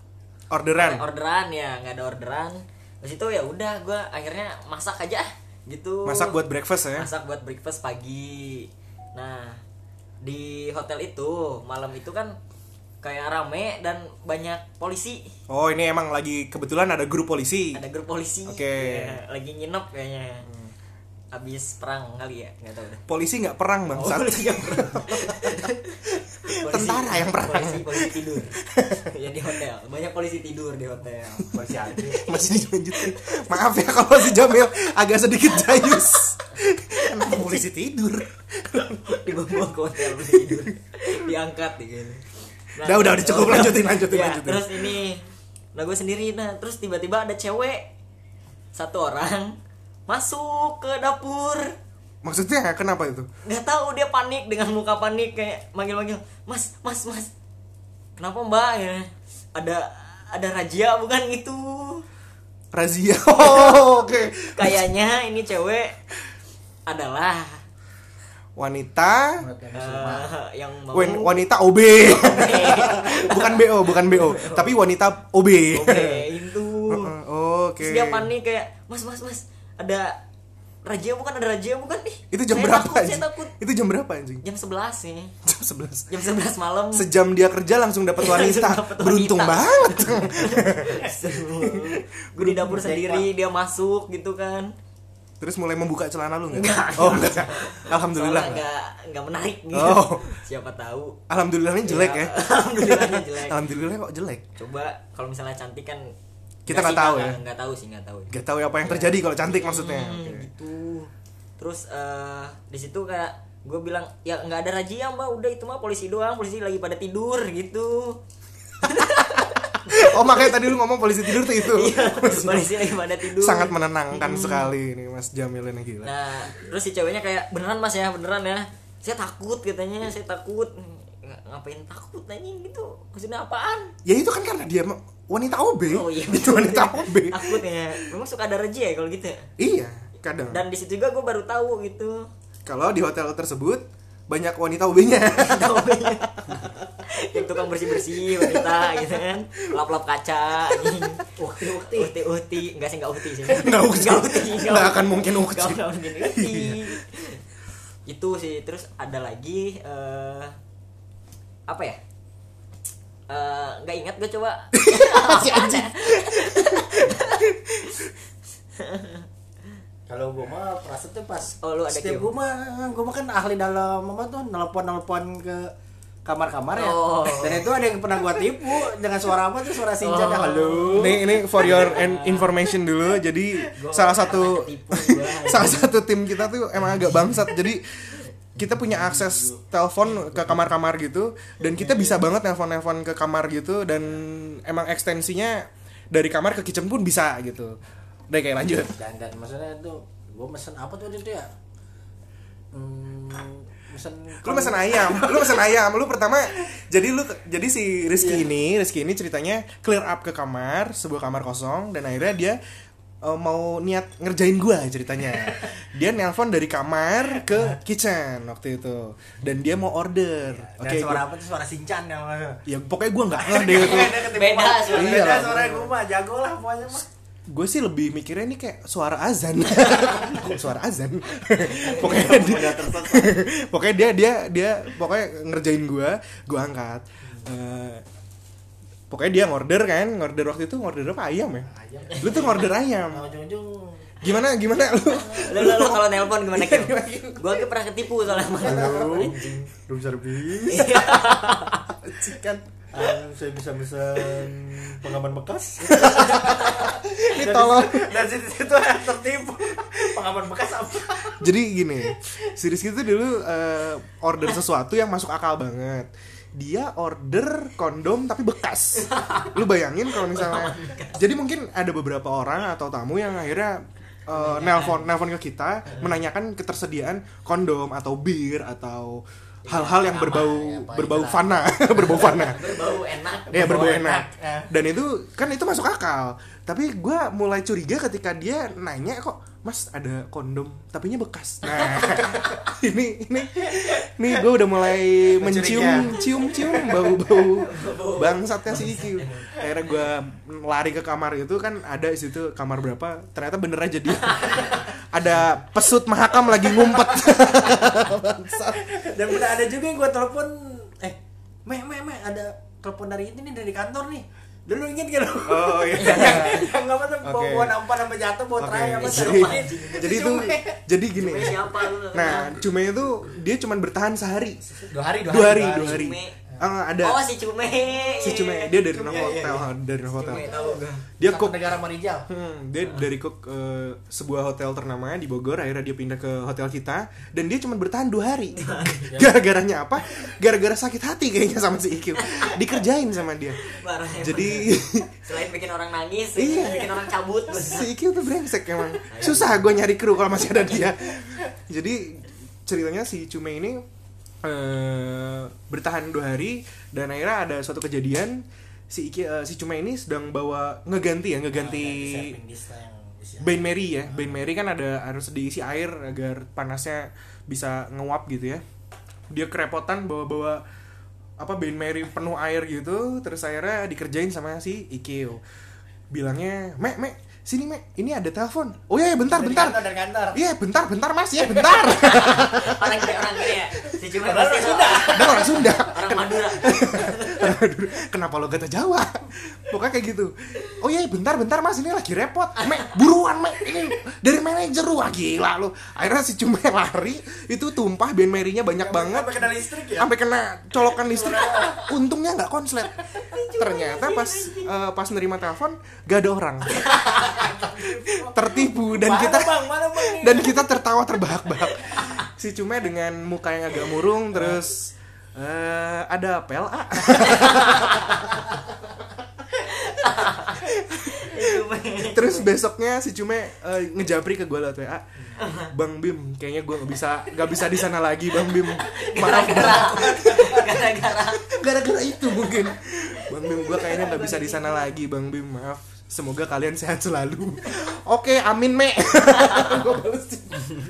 orderan ya, nggak ada orderan. Terus itu ya udah, gue akhirnya masak aja gitu. Masak buat breakfast ya. Masak buat breakfast pagi. Nah di hotel itu malam itu kan kayak rame dan banyak polisi. Oh, ini emang lagi kebetulan ada grup polisi. Ada grup polisi. Oke. Ya, lagi nginep kayaknya. Abis perang kali ya, nggak tahu deh. Polisi nggak perang bang. Polisi yang perang. Tentara yang perang. Polisi tidur. Ya di hotel. Banyak polisi tidur di hotel. Polisi aja. Masih dilanjutin. Maaf ya kalau si Jamil agak sedikit jayus. Kenapa polisi tidur? Dibawa ke hotel polisi tidur. Diangkat gitu. Nah, Udah cukup, lanjutin. Terus ini, nah gue sendiri, terus tiba-tiba ada cewek satu orang masuk ke dapur. Maksudnya kenapa itu? Nggak tahu, dia panik, dengan muka panik kayak manggil-manggil, mas. Kenapa mbak ya? Ada razia bukan itu? Razia. Oh, oke. Kayaknya ini cewek adalah Wanita yang mau wanita OB. bukan BO, tapi wanita OB. Oke, itu. Oke. Terus dia panik kayak, mas, ada razia bukan nih. Itu jam Saya berapa? Saya takut. Itu jam berapa anjing? Jam 11 nih. Jam 11. Jam 11 malam. Sejam dia kerja langsung dapat wanita. Langsung dapet Beruntung wanita. banget. Gue di dapur sendiri, dia masuk gitu kan. Terus mulai membuka celana lu enggak? Enggak. Oh, enggak. Alhamdulillah. Soalnya enggak menarik gitu. Oh. Siapa tahu. Alhamdulillahnya jelek ya. Alhamdulillahnya jelek. Alhamdulillah kok jelek. Coba kalau misalnya cantik kan Kita nggak tahu ya. Nggak tahu sih. Gak tahu apa yang terjadi kalau cantik maksudnya. Oke. Gitu. Terus di situ kayak gue bilang, ya nggak ada razia mbak, udah itu mah polisi doang, polisi lagi pada tidur gitu. Oh, makanya tadi lu ngomong polisi tidur tuh itu. Iya, polisi lagi pada tidur. Sangat menenangkan sekali ini Mas Jamil ini, gila. Nah terus si ceweknya kayak, beneran mas ya, beneran ya, saya takut katanya, saya takut. Ngapain takut anjing gitu, maksudnya apaan? Ya itu kan karena dia wanita OB. Oh iya, itu wanita OB. Takutnya memang suka ada razia ya kalau gitu ya. Iya, kadang. Dan di situ juga gue baru tahu gitu. Kalau di hotel tersebut banyak wanita OB-nya. Yang tukang bersih wanita gitu kan, lap kaca anjing. Uhti enggak sih, enggak uhti sih. Enggak akan mungkin ukti. Enggak mungkin uhti. Itu sih. Terus ada lagi apa ya, Nggak ingat gue coba. Si anjing. Kalau gue mah perasaan tuh pas Oh, lu ada setiap Q. gue mah kan ahli dalam apa tuh nelpon ke kamar-kamar ya. Oh. Dan itu ada yang pernah gue tipu dengan suara apa tuh, suara Shinchan. Halo. Ini for your information dulu. Jadi salah satu tim kita tuh emang agak bangsat. Jadi kita punya akses telepon ke kamar-kamar gitu dan kita bisa banget nelpon ke kamar gitu dan emang ekstensinya dari kamar ke kitchen pun bisa gitu. Udah kayak lanjut. Dan maksudnya itu gue mesen apa tuh waktu itu ya? Lu mesen ayam. Lu pertama jadi si Rizky ini ceritanya clear up ke kamar, sebuah kamar kosong dan akhirnya dia mau niat ngerjain gua ceritanya. Dia nelpon dari kamar ke kitchen waktu itu dan dia mau order. Oke, suara apa tuh, suara Shinchan Ya pokoknya gua nggak ngerti itu. Beda suara. Iya lah. Suara gue mah jago lah pokoknya mah. Gue sih lebih mikirnya ini kayak suara azan. Kok suara azan? pokoknya dia pokoknya ngerjain gue angkat. Pokoknya dia ngorder waktu itu ngorder apa, ayam ya? Lu tuh ngorder ayam. Gimana lu? Lu kalau nelpon gimana Kim? Gua pernah ketipu soalnya. Halo. Room service. Cikan. Saya bisa pesan pengaman bekas. Ini tolong. Dan situ yang tertipu. Pengaman bekas apa? Jadi gini, si Rizky itu dulu order sesuatu yang masuk akal banget. Dia order kondom tapi bekas. Lu bayangin kalau misalnya, jadi mungkin ada beberapa orang atau tamu yang akhirnya nelpon ke kita menanyakan ketersediaan kondom atau bir atau hal-hal yang berbau fana. Berbau enak. Ya, berbau enak. Dan itu kan itu masuk akal. Tapi gue mulai curiga ketika dia nanya, kok Mas ada kondom tapi nya bekas. Nah, ini gue udah mulai cium bau bangsatnya si Iki. Akhirnya gue lari ke kamar itu, kan ada di situ kamar berapa, ternyata bener aja dia ada pesut mahakam lagi ngumpet. Bangsat. Dan udah ada juga yang gue telepon, me ada telepon dari ini nih, dari kantor nih. Dulu inget kan? Oh iya. Yang apa tuh, bawa nampan sama jatuh, bawa tray apa jadi gini. Siapa lu? Nah, Cume itu dia cuma bertahan sehari. 2 hari. Cume. Ada. Oh, si Cume. Dia dari hotel. Cume tahu gua. Dia Cook cook. negara Marijal. Dia dari cook sebuah hotel ternama di Bogor. Akhirnya dia pindah ke hotel kita dan dia cuma bertahan 2 hari. Gara-garanya apa? Gara-gara sakit hati kayaknya sama si Ikil. Dikerjain sama dia. Parah, Jadi selain bikin orang nangis, Iya. bikin orang cabut. si Ikil tuh brengsek emang. Susah gue nyari kru kalau masih ada dia. Jadi ceritanya si Cume ini bertahan 2 hari dan akhirnya ada suatu kejadian si Cume ini sedang bawa ngeganti Bain Mary ya. Bain Mary kan harus diisi air agar panasnya bisa nguap gitu ya. Dia kerepotan bawa Bain Mary penuh air gitu, terus akhirnya dikerjain sama si Ikeo. Bilangnya, "Mek, sini Mek, ini ada telepon." "Oh iya, bentar." Dari kantor. "Iya, bentar Mas, ya bentar." Orang gini ya. Si Cume Orang pasti Sunda. Dia orang Sunda. Orang Madura. Kenapa lo kata Jawa? Pokoknya kayak gitu. "Oh iya, bentar Mas, ini lagi repot." "Mek, buruan Mek, ini dari manajer lu." Wah gila lu. Akhirnya si Cume lari, itu tumpah Bain Mary-nya banyak banget. Sampai kena listrik ya? Sampai kena colokan listrik. Untungnya nggak konslet. Ternyata pas nerima telepon gak ada orang. Tertipu dan Mana bang? dan kita tertawa terbahak-bahak. Si Cume dengan muka yang agak murung terus ada PLA. Terus besoknya si Cume ngejapri ke gue lewat WA, "Bang Bim, kayaknya gue nggak bisa di sana lagi Bang Bim. Maaf gara-gara itu mungkin. Bang Bim, gue kayaknya nggak bisa di sana lagi Bang Bim, maaf. Semoga kalian sehat selalu." "Oke, amin Mek." Gue balesin.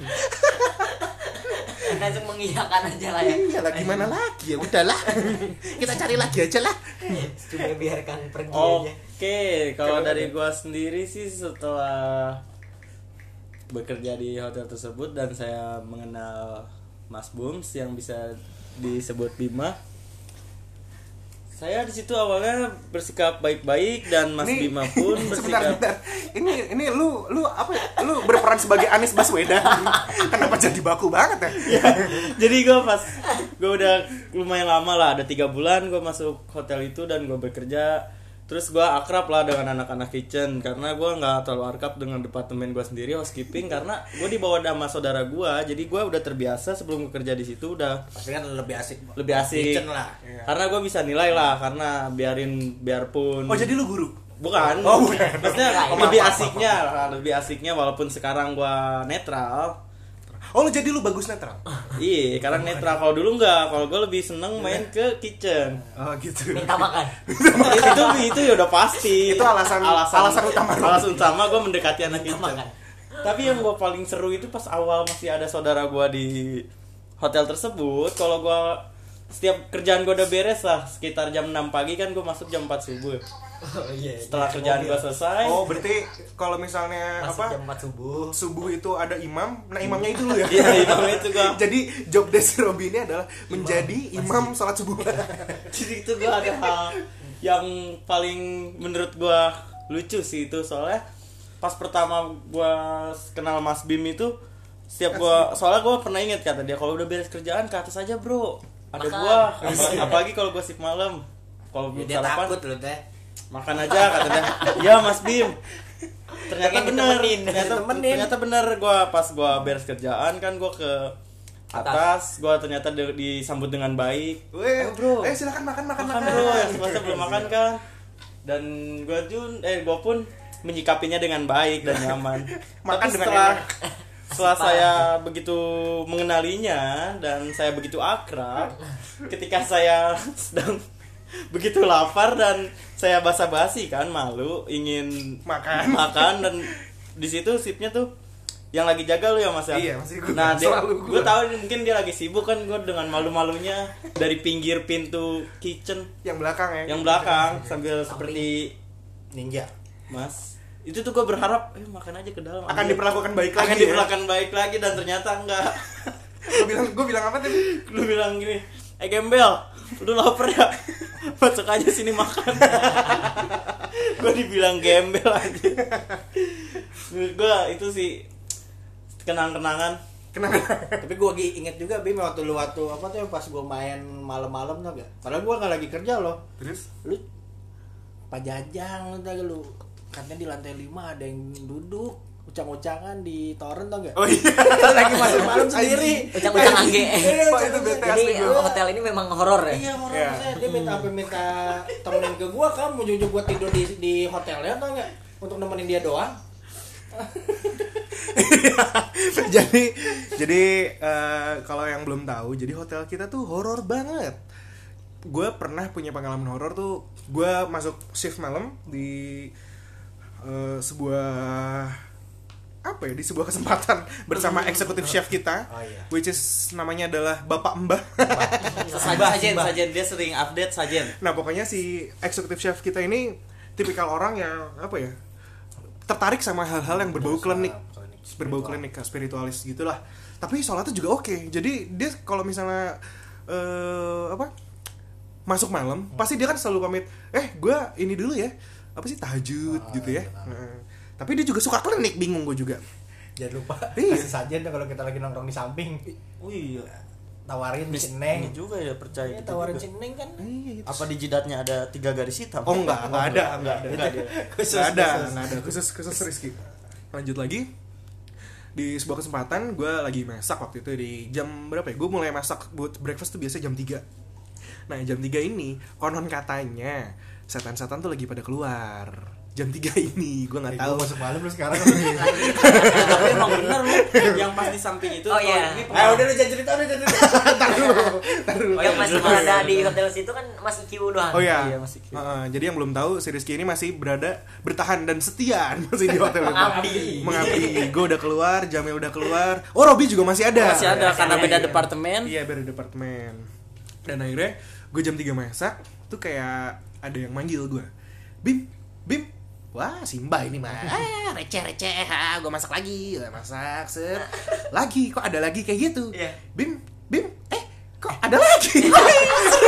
Langsung mengiyakan aja lah ya. Iya lah, gimana lagi ya, udahlah. Kita cari lagi aja lah. Cuma biarkan pergi aja. Oke, kalau dari gua sendiri sih setelah bekerja di hotel tersebut dan saya mengenal Mas Bums yang bisa disebut Bima, Saya di situ awalnya bersikap baik-baik dan Mas Nih, Bima pun bersikap sebentar. Ini lu apa ya? Lu berperan sebagai Anies Baswedan. Kenapa jadi baku banget ya? Jadi gue udah lumayan lama lah, ada 3 bulan gue masuk hotel itu dan gue bekerja. Terus gue akrab lah dengan anak-anak kitchen karena gue nggak terlalu akrab dengan departemen gue sendiri housekeeping karena gue dibawa sama saudara gue, jadi gue udah terbiasa sebelum bekerja di situ udah Pasti kan lebih asik Kitchen kitchen lah. karena gue bisa nilai lah karena biarpun Oh, jadi lu guru? bukan, Oh, bukan. maksudnya lebih asiknya walaupun sekarang gue netral. Oh, lu jadi lu bagus netral. Iya, karena netral. Kalau dulu enggak, kalau gue lebih seneng main ke kitchen. Oh, gitu. Minta makan. itu ya udah pasti. Itu alasan utama. Alasan utama gue mendekati anak kitchen. makan. Tapi yang gue paling seru itu pas awal masih ada saudara gue di hotel tersebut. Kalau gue setiap kerjaan gue udah beres lah, sekitar jam 6 pagi kan gue masuk jam 4 subuh. Oh iya. Setelah kerjaan gue selesai. Oh, berarti kalau misalnya Masuk apa? jam 4 subuh. Subuh itu ada imam, nah imamnya itu lu ya. Iya, imamnya itu gua. Jadi job desk Robi ini adalah menjadi imam salat subuh. Jadi itu gue ada hal yang paling menurut gue lucu sih itu, soalnya pas pertama gue kenal Mas Bim itu soalnya gue pernah inget kata dia kalau udah beres kerjaan ke atas aja bro, ada Makan. gue apalagi kalau gue shift malam, kalau belum Dia sarapan takut lu teh. makan aja kata dia. Ya Mas Bim, ternyata Pengen bener ditemenin. ternyata bener gue pas gue beres kerjaan kan gue ke atas, gue ternyata disambut dengan baik. Weh, bro, silakan makan. bro, yang semasa belum makan kan. Dan gue pun menyikapinya dengan baik dan nyaman. Makan Tapi dengan setelah saya begitu mengenalinya dan saya begitu akrab, ketika saya sedang begitu lapar dan saya basa-basi kan, malu ingin makan dan di situ sipnya tuh yang lagi jaga lu ya Mas ya. Iya, masih gua. Nah, Selalu gua. gue tahu mungkin dia lagi sibuk kan, gue dengan malu-malunya dari pinggir pintu kitchen Yang belakang ya. yang belakang sambil seperti Ninja. Mas, itu tuh gue berharap makan aja ke dalam Akan aja. diperlakukan baik lagi. akan ya? diperlakukan baik lagi dan ternyata enggak. Gue bilang apa tadi? Lu bilang gini, gembel, lu lapar ya? Masuk aja sini makan. Gue dibilang gembel aja. Menurut gue itu sih kenang-kenangan. Kenapa? Tapi gue lagi inget juga Bim waktu apa tuh pas gue main malam-malam tuh gak? Padahal gue nggak lagi kerja loh. Terus? Lu pajajang lu katanya di lantai 5 ada yang duduk ucang-ucangan di toren tau gak? Oh iya. Lagi masuk malam sendiri. Ucang-ucang angge. Wah, itu bete Jadi asli gua. hotel ini memang horor ya. Iya, orang Iya. dia minta temenin ke gua, kamu jujur gua tidur di hotelnya tau gak? Untuk nemenin dia doang. jadi kalau yang belum tahu, jadi hotel kita tuh horor banget. Gue pernah punya pengalaman horor tuh. Gue masuk shift malam di di sebuah kesempatan bersama eksekutif chef kita, Oh, iya. which is namanya adalah Bapak Mbah. Sajen dia sering update sajen. Nah, pokoknya si eksekutif chef kita ini tipikal orang yang tertarik sama hal-hal yang berbau klinik, spiritualis gitulah. Tapi sholatnya juga oke. Jadi dia kalau misalnya masuk malam, pasti dia kan selalu pamit, gue ini dulu ya, tahajud gitu ya. Tapi dia juga suka klinik, bingung gue juga. Jangan lupa Iya. kasih sajen kalau kita lagi nongkrong di samping. Oh iya. Tawarin Ini Cineng. juga ya, percaya Iya, gitu tawarin juga. Cineng kan. Iya, Apa di jidatnya ada 3 garis hitam? Oh enggak ada. Khusus. Nggak ada khusus Rizky. Lanjut lagi. Di sebuah kesempatan gue lagi masak waktu itu di jam berapa ya? Gue mulai masak buat breakfast tuh biasa jam 3. Nah, jam 3 ini konon katanya setan-setan tuh lagi pada keluar. Jam 3 ini gue nggak tahu. Masuk malam lu sekarang. Tapi emang bener lu yang pas di samping itu. Oh, iya. Udah lu jangan cerita. Tar dulu. Oh, yang masih berada di hotel situ kan masih Q doang. Oh iya, Iya, masih gitu. jadi yang belum tahu si Rizky ini masih bertahan dan setia masih di hotel itu. Mengabdi. Gue udah keluar, Jamil udah keluar. Oh, Robi juga masih ada. Masih ada karena beda Iya. departemen. Iya, beda departemen. Dan akhirnya gue jam 3 masak tuh kayak ada yang manggil gue. Bim. Wah, Simba ini mah. Receh. Gue masak lagi. Set. Lagi, kok ada lagi kayak gitu. Iya. Bim. Kok ada lagi?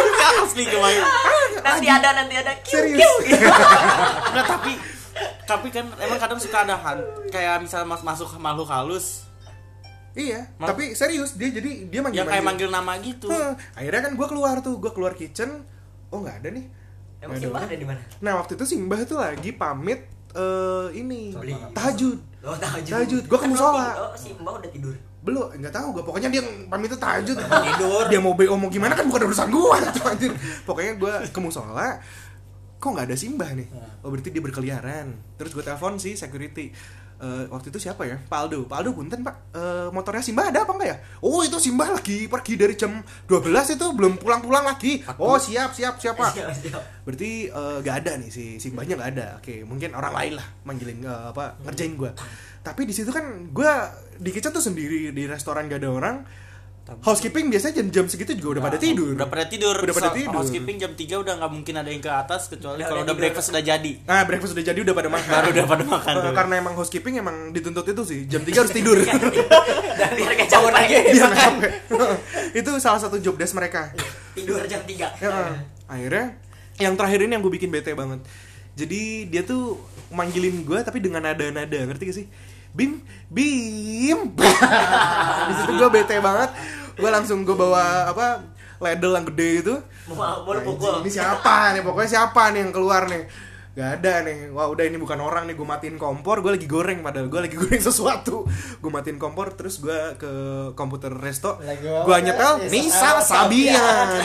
asli kemarin. nanti ada Serius. Enggak, tapi kan emang kadang suka ada kayak misalnya masuk makhluk halus Iya, tapi serius dia manggil. yang kayak manggil nama gitu. Akhirnya kan gue keluar kitchen, oh nggak ada nih. Emang Nggak Simbah orang. ada di mana? Nah waktu itu Simbah tuh lagi pamit ini Beli. tahajud. Oh, Tahajud. Gua ke musola. Oh, Simbah udah tidur. Belum, nggak tahu gue. Pokoknya dia pamit tuh tahajud. Tidur. Dia mau BO mau gimana kan bukan urusan gue tuh anjir. Pokoknya gue ke musola, kok nggak ada Simbah nih? Oh berarti dia berkeliaran. Terus gue telepon si security. Waktu itu siapa ya? Pak Aldo punten pak, motornya Simbah ada apa enggak ya? Oh itu Simbah lagi pergi dari jam 12 itu belum pulang lagi. Oh siap pak. Siap. Berarti nggak ada nih si Simbahnya nggak ada. Oke mungkin orang lain lah manggilin ngerjain gue. Tapi di situ kan gue di kitchen tuh sendiri di restoran gak ada orang. Housekeeping biasanya jam segitu juga udah pada tidur. Udah pada tidur. Udah pada tidur. Housekeeping jam 3 udah nggak mungkin ada yang ke atas kecuali Udah kalau udah tidur. breakfast udah jadi. Nah, breakfast udah jadi udah pada makan. Baru udah pada makan tuh. Karena emang housekeeping emang dituntut itu sih, jam 3 harus tidur. Dan biar gak capek. Biar nggak capek. Itu salah satu job desk mereka. Tidur jam 3. Ya, akhirnya yang terakhir ini yang gue bikin bete banget. Jadi dia tuh manggilin gue tapi dengan nada-nada, ngerti gak sih? Bim. Di situ gue bete banget. Gue langsung bawa ladle yang gede itu. Mau lu Anjing, pukul. ini siapa nih? Pokoknya siapa nih yang keluar nih? Gak ada nih. Wah udah ini bukan orang nih. Gue matiin kompor. Gue lagi goreng padahal gue lagi goreng sesuatu. Gue matiin kompor terus gue ke komputer resto. Gue nyetel Nisa Sabian.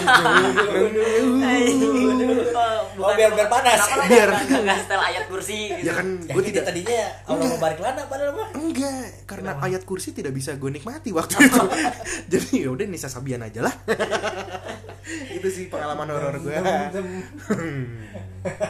Oh, biar panas. Biar. Enggak setel ayat kursi gitu. Ya kan Ya gue kan tidak. tadinya Allah mubarik lana padahal mah. Enggak, karena ayat kursi tidak bisa gue nikmati waktu itu. Jadi ya udah Nisa Sabian aja lah. Itu sih pengalaman horor gue.